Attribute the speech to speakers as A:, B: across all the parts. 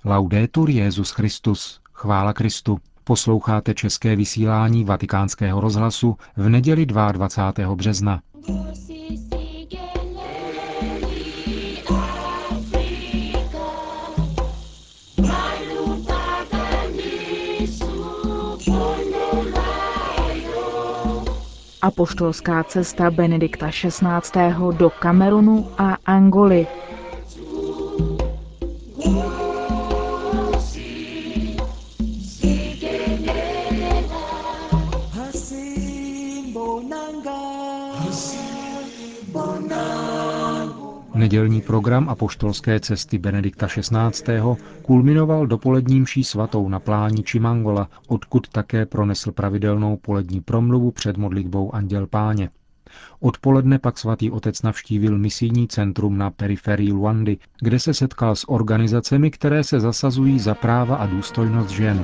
A: Laudetur Jesus Christus, chvála Kristu. Posloucháte české vysílání Vatikánského rozhlasu v neděli 22. března.
B: Apoštolská cesta Benedikta XVI. Do Kamerunu a Angoly.
A: Nedělní program apoštolské cesty Benedikta XVI. Kulminoval dopolední mší svatou na pláni Chimangola, odkud také pronesl pravidelnou polední promluvu před modlitbou Anděl Páně. Odpoledne pak svatý otec navštívil misijní centrum na periferii Luandy, kde se setkal s organizacemi, které se zasazují za práva a důstojnost žen.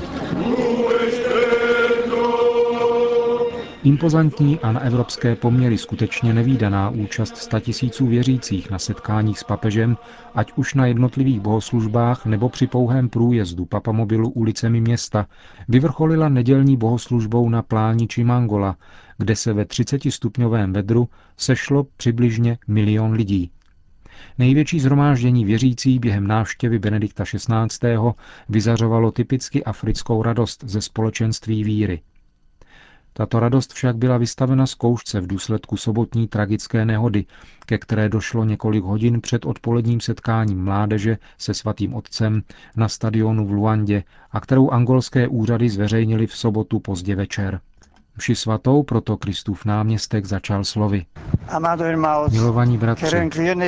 A: Impozantní a na evropské poměry skutečně nevídaná účast 100 000 věřících na setkáních s papežem, ať už na jednotlivých bohoslužbách nebo při pouhém průjezdu papamobilu ulicemi města, vyvrcholila nedělní bohoslužbou na pláni Chimangola, kde se ve 30stupňovém vedru sešlo přibližně 1 000 000 lidí. Největší shromáždění věřících během návštěvy Benedikta XVI. Vyzařovalo typicky africkou radost ze společenství víry. Tato radost však byla vystavena zkoušce v důsledku sobotní tragické nehody, ke které došlo několik hodin před odpoledním setkáním mládeže se svatým otcem na stadionu v Luandě a kterou angolské úřady zveřejnily v sobotu pozdě večer. Mši svatou proto Kristův náměstek začal slovy. Milovaní bratři,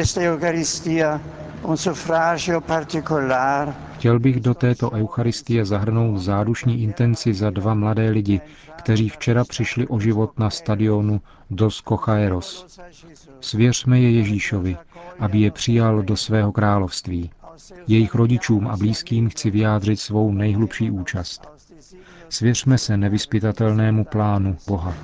A: chtěl bych do této eucharistie zahrnout zádušní intenci za 2 mladé lidi, kteří včera přišli o život na stadionu Dos Cojeiros. Svěřme je Ježíšovi, aby je přijal do svého království. Jejich rodičům a blízkým chci vyjádřit svou nejhlubší účast. Svěřme se nevyzpytatelnému plánu Boha.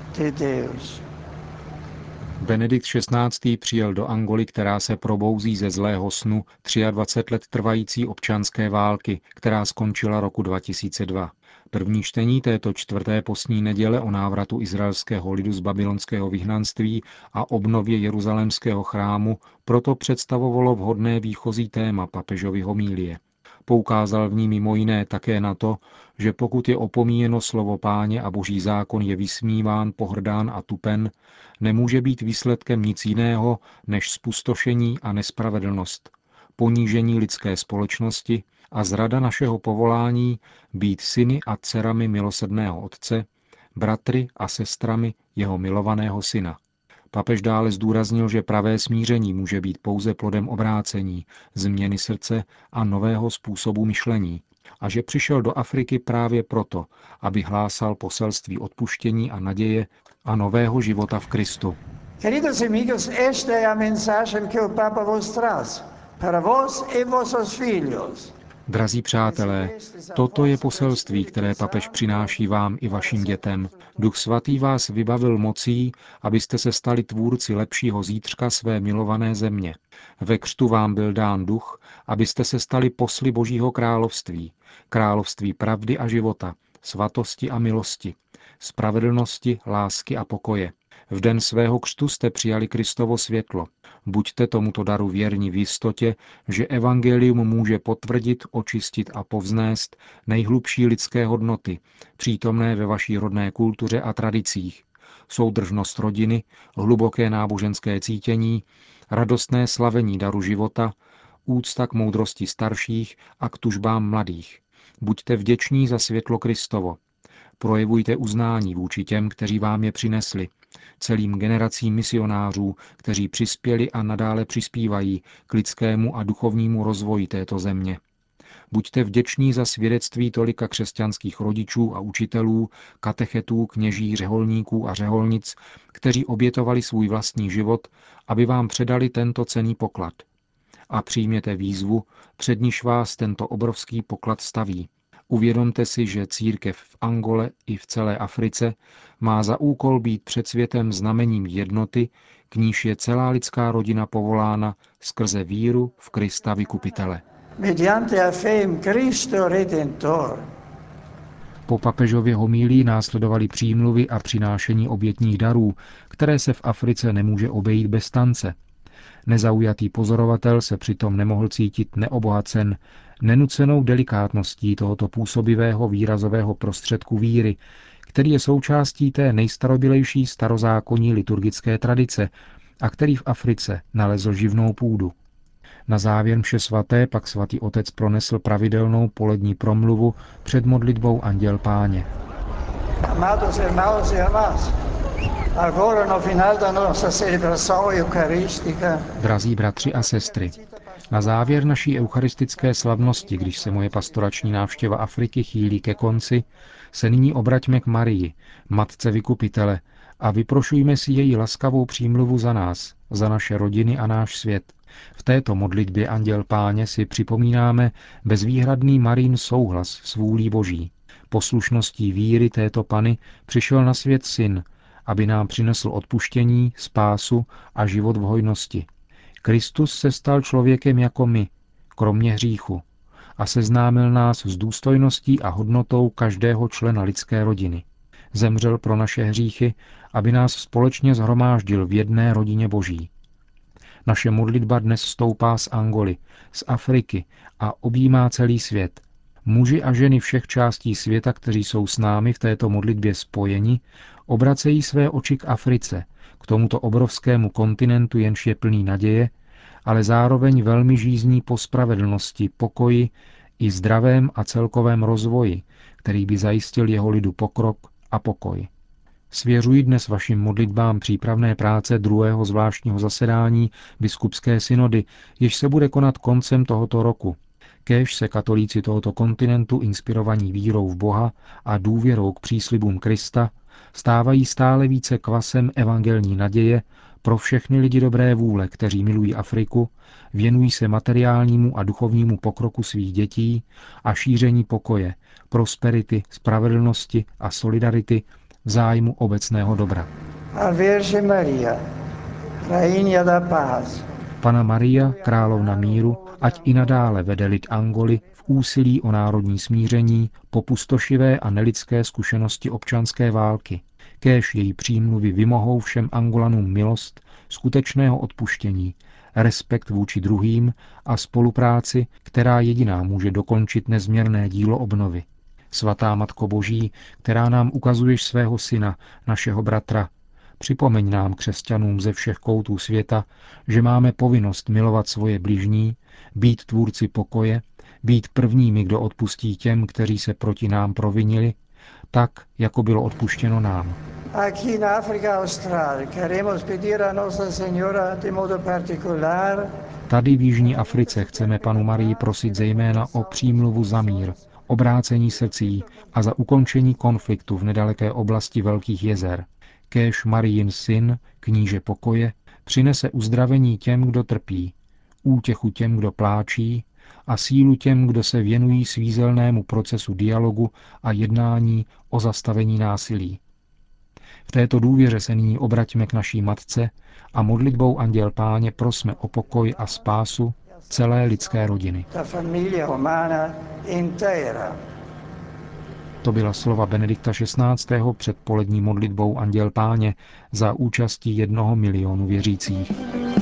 A: Benedikt XVI. Přijel do Angoly, která se probouzí ze zlého snu 23 let trvající občanské války, která skončila roku 2002. První čtení této 4. postní neděle o návratu izraelského lidu z babylonského vyhnanství a obnově jeruzalémského chrámu proto představovalo vhodné výchozí téma papežovy homilie. Poukázal v ní mimo jiné také na to, že pokud je opomíjeno slovo Páně a boží zákon je vysmíván, pohrdán a tupen, nemůže být výsledkem nic jiného než zpustošení a nespravedlnost, ponížení lidské společnosti a zrada našeho povolání být syny a dcerami milosrdného Otce, bratry a sestrami jeho milovaného syna. Papež dále zdůraznil, že pravé smíření může být pouze plodem obrácení, změny srdce a nového způsobu myšlení, a že přišel do Afriky právě proto, aby hlásal poselství odpuštění a naděje a nového života v Kristu.
C: Queridos amigos, esta é a mensagem que o Papa vos traz, para vos e vossos filhos.
A: Drazí přátelé, toto je poselství, které papež přináší vám i vašim dětem. Duch svatý vás vybavil mocí, abyste se stali tvůrci lepšího zítřka své milované země. Ve křtu vám byl dán duch, abyste se stali posly Božího království, království pravdy a života, svatosti a milosti, spravedlnosti, lásky a pokoje. V den svého křtu jste přijali Kristovo světlo. Buďte tomuto daru věrni v jistotě, že evangelium může potvrdit, očistit a povznést nejhlubší lidské hodnoty, přítomné ve vaší rodné kultuře a tradicích. Soudržnost rodiny, hluboké náboženské cítění, radostné slavení daru života, úcta k moudrosti starších a k tužbám mladých. Buďte vděční za světlo Kristovo. Projevujte uznání vůči těm, kteří vám je přinesli, celým generacím misionářů, kteří přispěli a nadále přispívají k lidskému a duchovnímu rozvoji této země. Buďte vděční za svědectví tolika křesťanských rodičů a učitelů, katechetů, kněží, řeholníků a řeholnic, kteří obětovali svůj vlastní život, aby vám předali tento cenný poklad. A přijměte výzvu, před níž vás tento obrovský poklad staví. Uvědomte si, že církev v Angole i v celé Africe má za úkol být před světem znamením jednoty, k níž je celá lidská rodina povolána skrze víru v Krista Vykupitele.
C: mediante a fe in Cristo Redentor.
A: Po papežově homílii následovaly přímluvy a přinášení obětních darů, které se v Africe nemůže obejít bez tance. Nezaujatý pozorovatel se přitom nemohl cítit neobohacen nenucenou delikátností tohoto působivého výrazového prostředku víry, který je součástí té nejstarobilejší starozákonní liturgické tradice a který v Africe nalezl živnou půdu. Na závěr mše svaté pak svatý otec pronesl pravidelnou polední promluvu před modlitbou Anděl Páně.
C: Amados irmãos e irmãs, agora no final da nossa celebração eucarística,
A: Drazí bratři a sestry, na závěr naší eucharistické slavnosti, když se moje pastorační návštěva Afriky chýlí ke konci, se nyní obraťme k Marii, Matce Vykupitele, a vyprošujme si její laskavou přímluvu za nás, za naše rodiny a náš svět. V této modlitbě Anděl Páně si připomínáme bezvýhradný Marín souhlas s vůlí Boží. Poslušností víry této Pany přišel na svět Syn, aby nám přinesl odpuštění, spásu a život v hojnosti. Kristus se stal člověkem jako my, kromě hříchu, a seznámil nás s důstojností a hodnotou každého člena lidské rodiny. Zemřel pro naše hříchy, aby nás společně shromáždil v jedné rodině Boží. Naše modlitba dnes stoupá z Angoly, z Afriky a objímá celý svět. Muži a ženy všech částí světa, kteří jsou s námi v této modlitbě spojeni, obracejí své oči k Africe, k tomuto obrovskému kontinentu, jenž je plný naděje, ale zároveň velmi žízní po spravedlnosti, pokoji i zdravém a celkovém rozvoji, který by zajistil jeho lidu pokrok a pokoj. Svěřuji dnes vašim modlitbám přípravné práce druhého zvláštního zasedání biskupské synody, jež se bude konat koncem tohoto roku. Kéž se katolíci tohoto kontinentu, inspirovaní vírou v Boha a důvěrou k příslibům Krista, stávají stále více kvasem evangelní naděje pro všechny lidi dobré vůle, kteří milují Afriku, věnují se materiálnímu a duchovnímu pokroku svých dětí a šíření pokoje, prosperity, spravedlnosti a solidarity v zájmu obecného dobra.
C: a Virgem Maria, Rainha da Paz.
A: Panna Maria, královna míru, ať i nadále vede lid Angoly v úsilí o národní smíření po pustošivé a nelidské zkušenosti občanské války. Kéž její přímluvy vymohou všem Angolanům milost, skutečného odpuštění, respekt vůči druhým a spolupráci, která jediná může dokončit nezměrné dílo obnovy. Svatá Matko Boží, která nám ukazuješ svého syna, našeho bratra, připomeň nám, křesťanům ze všech koutů světa, že máme povinnost milovat svoje bližní, být tvůrci pokoje, být prvními, kdo odpustí těm, kteří se proti nám provinili, tak, jako bylo odpuštěno nám.
C: Aqui na África Austral, queremos pedir a Nossa Senhora de modo particular
A: Tady v Jižní Africe chceme Panu Marii prosit zejména o přímluvu za mír, obrácení srdcí a za ukončení konfliktu v nedaleké oblasti Velkých jezer. Kéž Marijin syn, kníže pokoje, přinese uzdravení těm, kdo trpí, útěchu těm, kdo pláčí, a sílu těm, kdo se věnují svízelnému procesu dialogu a jednání o zastavení násilí. V této důvěře se nyní obraťme k naší matce a modlitbou Anděl Páně prosme o pokoj a spásu celé lidské rodiny.
C: da família humana inteira.
A: To byla slova Benedikta XVI. Před polední modlitbou Anděl Páně za účastí 1 milionu věřících.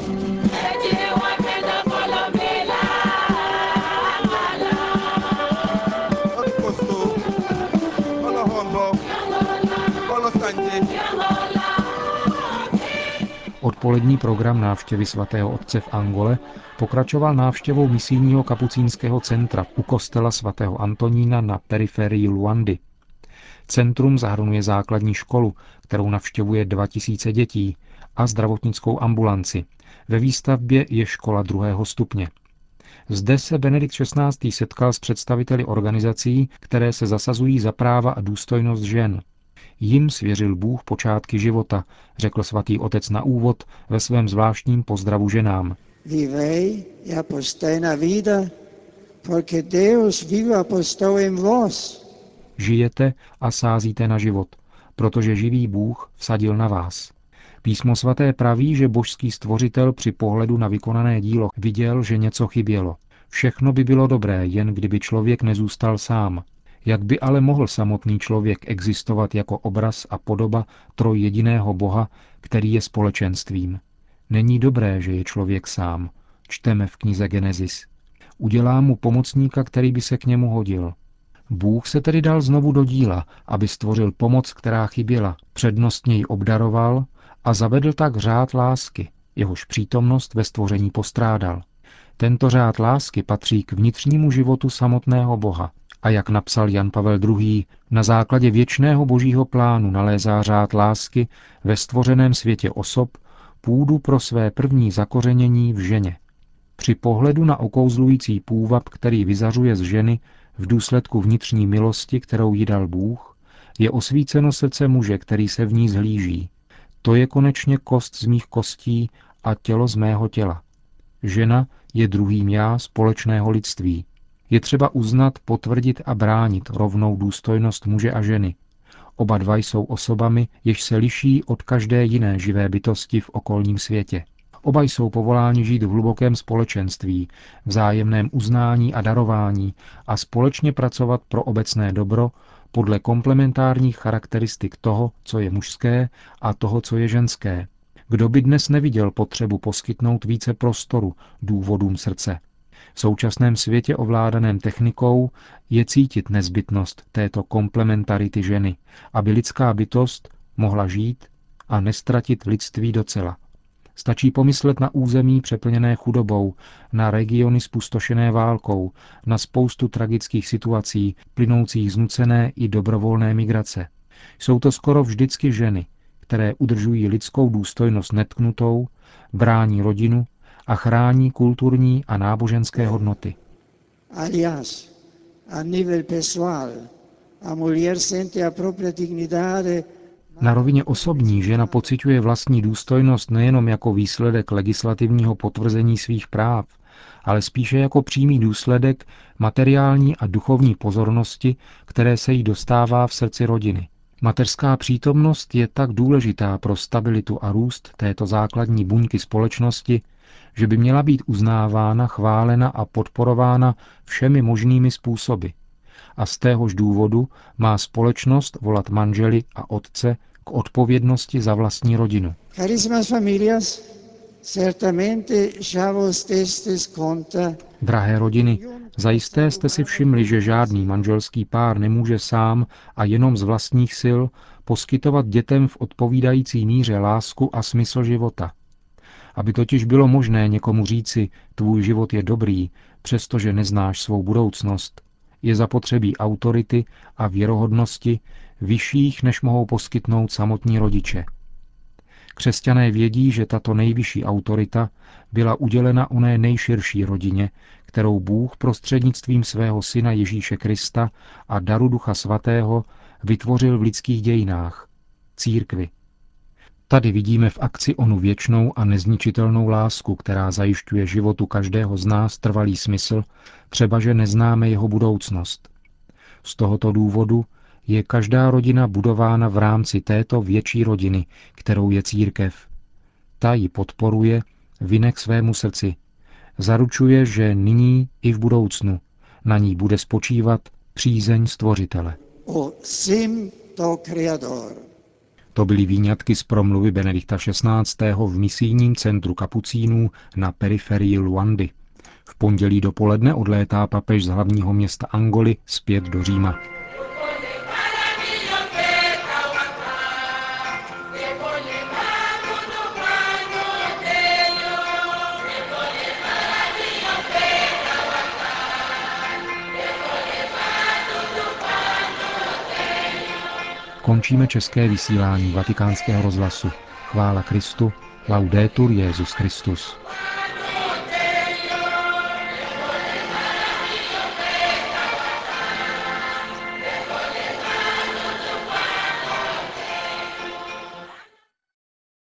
A: Odpolední program návštěvy svatého otce v Angole pokračoval návštěvou misijního kapucínského centra u kostela svatého Antonína na periferii Luandy. Centrum zahrnuje základní školu, kterou navštěvuje 2000 dětí, a zdravotnickou ambulanci. Ve výstavbě je škola 2. stupně. Zde se Benedikt XVI. Setkal s představiteli organizací, které se zasazují za práva a důstojnost žen. Jim svěřil Bůh počátky života, řekl svatý otec na úvod ve svém zvláštním pozdravu ženám.
C: Vivei e apostai na vida, porque Deus vive apostou em vós.
A: Žijete a sázíte na život, protože živý Bůh vsadil na vás. Písmo svaté praví, že božský stvořitel při pohledu na vykonané dílo viděl, že něco chybělo. Všechno by bylo dobré, jen kdyby člověk nezůstal sám. Jak by ale mohl samotný člověk existovat jako obraz a podoba trojjediného Boha, který je společenstvím? Není dobré, že je člověk sám, čteme v knize Genesis. Udělá mu pomocníka, který by se k němu hodil. Bůh se tedy dal znovu do díla, aby stvořil pomoc, která chyběla, přednostně ji obdaroval a zavedl tak řád lásky, jehož přítomnost ve stvoření postrádal. Tento řád lásky patří k vnitřnímu životu samotného Boha. A jak napsal Jan Pavel II., na základě věčného božího plánu nalézá řád lásky ve stvořeném světě osob půdu pro své první zakořenění v ženě. Při pohledu na okouzlující půvab, který vyzařuje z ženy v důsledku vnitřní milosti, kterou jí dal Bůh, je osvíceno srdce muže, který se v ní zhlíží. To je konečně kost z mých kostí a tělo z mého těla. Žena je druhým já společného lidství. Je třeba uznat, potvrdit a bránit rovnou důstojnost muže a ženy. Oba dva jsou osobami, jež se liší od každé jiné živé bytosti v okolním světě. Oba jsou povoláni žít v hlubokém společenství, vzájemném uznání a darování a společně pracovat pro obecné dobro podle komplementárních charakteristik toho, co je mužské, a toho, co je ženské. Kdo by dnes neviděl potřebu poskytnout více prostoru důvodům srdce? V současném světě ovládaném technikou je cítit nezbytnost této komplementarity ženy, aby lidská bytost mohla žít a nestratit lidství docela. Stačí pomyslet na území přeplněné chudobou, na regiony spustošené válkou, na spoustu tragických situací, plynoucích z nucené i dobrovolné migrace. Jsou to skoro vždycky ženy, které udržují lidskou důstojnost netknutou, brání rodinu a chrání kulturní a náboženské hodnoty.
C: Aliás, a nivel pessoal, a mulher sente a própria dignidade.
A: Na rovině osobní žena pociťuje vlastní důstojnost nejenom jako výsledek legislativního potvrzení svých práv, ale spíše jako přímý důsledek materiální a duchovní pozornosti, které se jí dostává v srdci rodiny. Mateřská přítomnost je tak důležitá pro stabilitu a růst této základní buňky společnosti, že by měla být uznávána, chválena a podporována všemi možnými způsoby. A z téhož důvodu má společnost volat manželi a otce k odpovědnosti za vlastní rodinu. Drahé rodiny, zajisté jste si všimli, že žádný manželský pár nemůže sám a jenom z vlastních sil poskytovat dětem v odpovídající míře lásku a smysl života. Aby totiž bylo možné někomu říci, tvůj život je dobrý, přestože neznáš svou budoucnost, je zapotřebí autority a věrohodnosti vyšších, než mohou poskytnout samotní rodiče. Křesťané vědí, že tato nejvyšší autorita byla udělena oné nejširší rodině, kterou Bůh prostřednictvím svého syna Ježíše Krista a daru Ducha Svatého vytvořil v lidských dějinách, církvi. Tady vidíme v akci onu věčnou a nezničitelnou lásku, která zajišťuje životu každého z nás trvalý smysl, třebaže neznáme jeho budoucnost. Z tohoto důvodu je každá rodina budována v rámci této větší rodiny, kterou je církev. Ta ji podporuje, vine k svému srdci. Zaručuje, že nyní i v budoucnu na ní bude spočívat přízeň Stvořitele. To byly výňatky z promluvy Benedikta XVI. V misijním centru kapucínů na periferii Luandy. V pondělí dopoledne odlétá papež z hlavního města Angoly zpět do Říma. Končíme české vysílání Vatikánského rozhlasu. Chvála Kristu, laudetur Jesus Christus.